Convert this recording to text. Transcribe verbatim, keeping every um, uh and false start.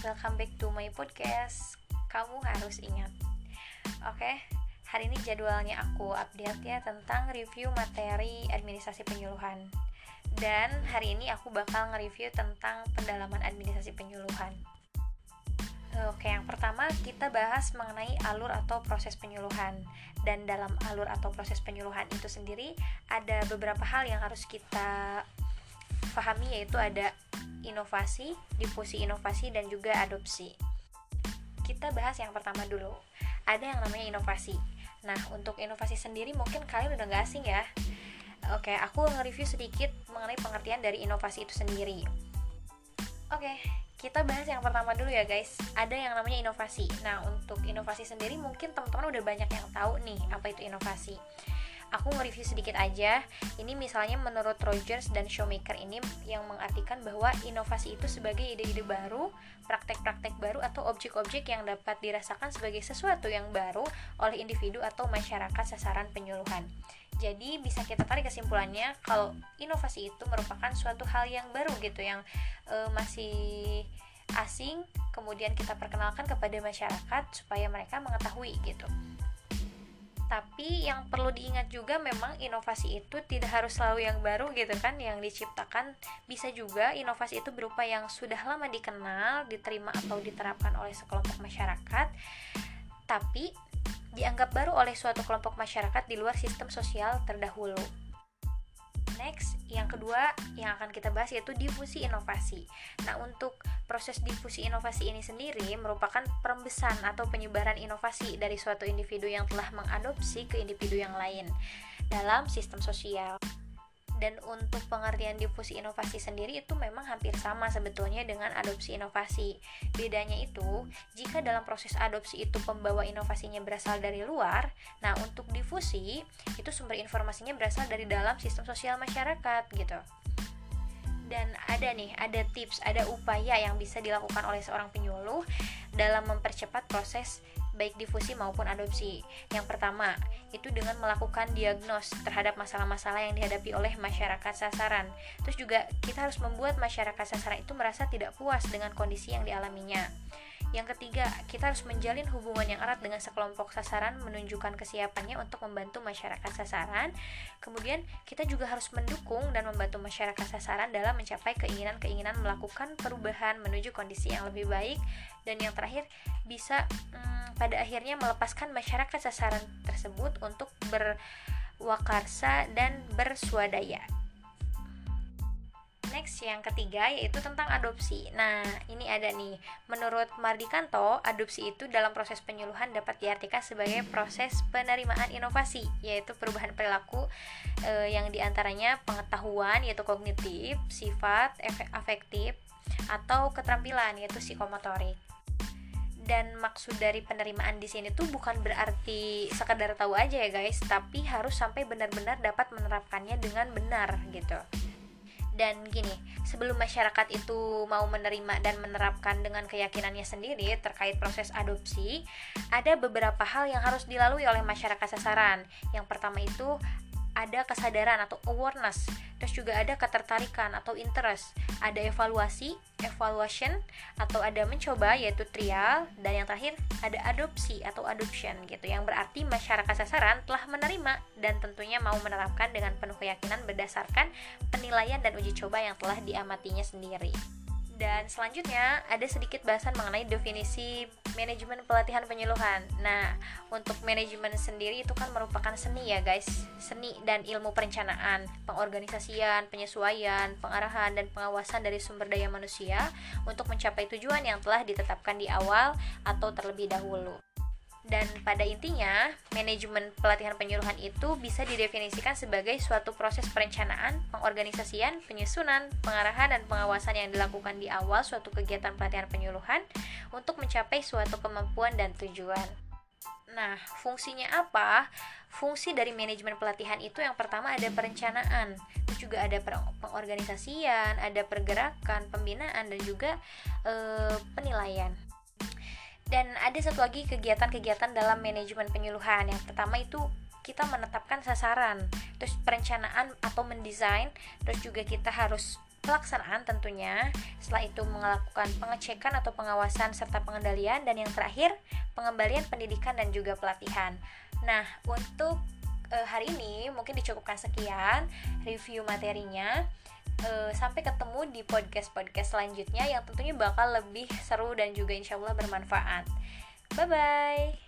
welcome back to my podcast. Kamu harus ingat. Oke, hari ini jadwalnya aku update ya tentang review materi administrasi penyuluhan. Dan hari ini aku bakal nge-review tentang pendalaman administrasi penyuluhan. Oke, yang pertama kita bahas mengenai alur atau proses penyuluhan. Dan dalam alur atau proses penyuluhan itu sendiri ada beberapa hal yang harus kita pahami, yaitu ada inovasi, difusi inovasi, dan juga adopsi. Kita bahas yang pertama dulu. Ada yang namanya inovasi. Nah, untuk inovasi sendiri mungkin kalian udah gak asing ya. Oke, aku nge-review sedikit mengenai pengertian dari inovasi itu sendiri. Oke, kita bahas yang pertama dulu ya guys. Ada yang namanya inovasi. Nah, untuk inovasi sendiri mungkin teman-teman udah banyak yang tahu nih apa itu inovasi. Aku nge-review sedikit aja. Ini misalnya menurut Rogers dan Shoemaker ini yang mengartikan bahwa inovasi itu sebagai ide-ide baru, praktek-praktek baru atau objek-objek yang dapat dirasakan sebagai sesuatu yang baru oleh individu atau masyarakat sasaran penyuluhan. Jadi bisa kita tarik kesimpulannya kalau inovasi itu merupakan suatu hal yang baru gitu, yang e, masih asing, kemudian kita perkenalkan kepada masyarakat supaya mereka mengetahui gitu. Tapi yang perlu diingat juga memang inovasi itu tidak harus selalu yang baru gitu kan yang diciptakan. Bisa juga inovasi itu berupa yang sudah lama dikenal, diterima atau diterapkan oleh sekelompok masyarakat, tapi dianggap baru oleh suatu kelompok masyarakat di luar sistem sosial terdahulu. Next, yang kedua yang akan kita bahas yaitu difusi inovasi. Nah, untuk proses difusi inovasi ini sendiri merupakan perembesan atau penyebaran inovasi dari suatu individu yang telah mengadopsi ke individu yang lain dalam sistem sosial. Dan untuk pengertian difusi inovasi sendiri itu memang hampir sama sebetulnya dengan adopsi inovasi. Bedanya itu, jika dalam proses adopsi itu pembawa inovasinya berasal dari luar, nah untuk difusi itu sumber informasinya berasal dari dalam sistem sosial masyarakat gitu. Dan ada nih, ada tips, ada upaya yang bisa dilakukan oleh seorang penyuluh dalam mempercepat proses baik difusi maupun adopsi. Yang pertama, itu dengan melakukan diagnos terhadap masalah-masalah yang dihadapi oleh masyarakat sasaran. Terus juga kita harus membuat masyarakat sasaran itu merasa tidak puas dengan kondisi yang dialaminya. Yang ketiga, kita harus menjalin hubungan yang erat dengan sekelompok sasaran, menunjukkan kesiapannya untuk membantu masyarakat sasaran. Kemudian, kita juga harus mendukung dan membantu masyarakat sasaran dalam mencapai keinginan-keinginan melakukan perubahan menuju kondisi yang lebih baik. Dan yang terakhir, bisa hmm, pada akhirnya melepaskan masyarakat sasaran tersebut untuk berwakarsa dan berswadaya. Next, yang ketiga yaitu tentang adopsi. Nah, ini ada nih. Menurut Mardikanto, adopsi itu dalam proses penyuluhan dapat diartikan sebagai proses penerimaan inovasi, yaitu perubahan perilaku eh, yang diantaranya pengetahuan yaitu kognitif, sifat afektif, atau keterampilan yaitu psikomotorik. Dan maksud dari penerimaan di sini tuh bukan berarti sekedar tahu aja ya guys, tapi harus sampai benar-benar dapat menerapkannya dengan benar gitu. Dan gini, sebelum masyarakat itu mau menerima dan menerapkan dengan keyakinannya sendiri terkait proses adopsi, ada beberapa hal yang harus dilalui oleh masyarakat sasaran. Yang pertama itu ada kesadaran atau awareness, terus juga ada ketertarikan atau interest, ada evaluasi, evaluation, atau ada mencoba yaitu trial, dan yang terakhir ada adopsi atau adoption gitu, yang berarti masyarakat sasaran telah menerima dan tentunya mau menerapkan dengan penuh keyakinan berdasarkan penilaian dan uji coba yang telah diamatinya sendiri. Dan selanjutnya ada sedikit bahasan mengenai definisi manajemen pelatihan penyuluhan. Nah, untuk manajemen sendiri itu kan merupakan seni ya guys. Seni dan ilmu perencanaan, pengorganisasian, penyesuaian, pengarahan, dan pengawasan dari sumber daya manusia untuk mencapai tujuan yang telah ditetapkan di awal atau terlebih dahulu. Dan pada intinya, manajemen pelatihan penyuluhan itu bisa didefinisikan sebagai suatu proses perencanaan, pengorganisasian, penyusunan, pengarahan, dan pengawasan yang dilakukan di awal suatu kegiatan pelatihan penyuluhan untuk mencapai suatu kemampuan dan tujuan. Nah, fungsinya apa? Fungsi dari manajemen pelatihan itu yang pertama ada perencanaan, terus juga ada pengorganisasian, ada pergerakan, pembinaan, dan juga e, penilaian. Dan ada satu lagi kegiatan-kegiatan dalam manajemen penyuluhan. Yang pertama itu kita menetapkan sasaran, terus perencanaan atau mendesain, terus juga kita harus pelaksanaan tentunya. Setelah itu melakukan pengecekan atau pengawasan serta pengendalian, dan yang terakhir pengembalian pendidikan dan juga pelatihan. Nah, untuk e, hari ini mungkin dicukupkan sekian review materinya. e, Sampai ketemu di podcast-podcast selanjutnya yang tentunya bakal lebih seru dan juga insya Allah bermanfaat. Bye-bye.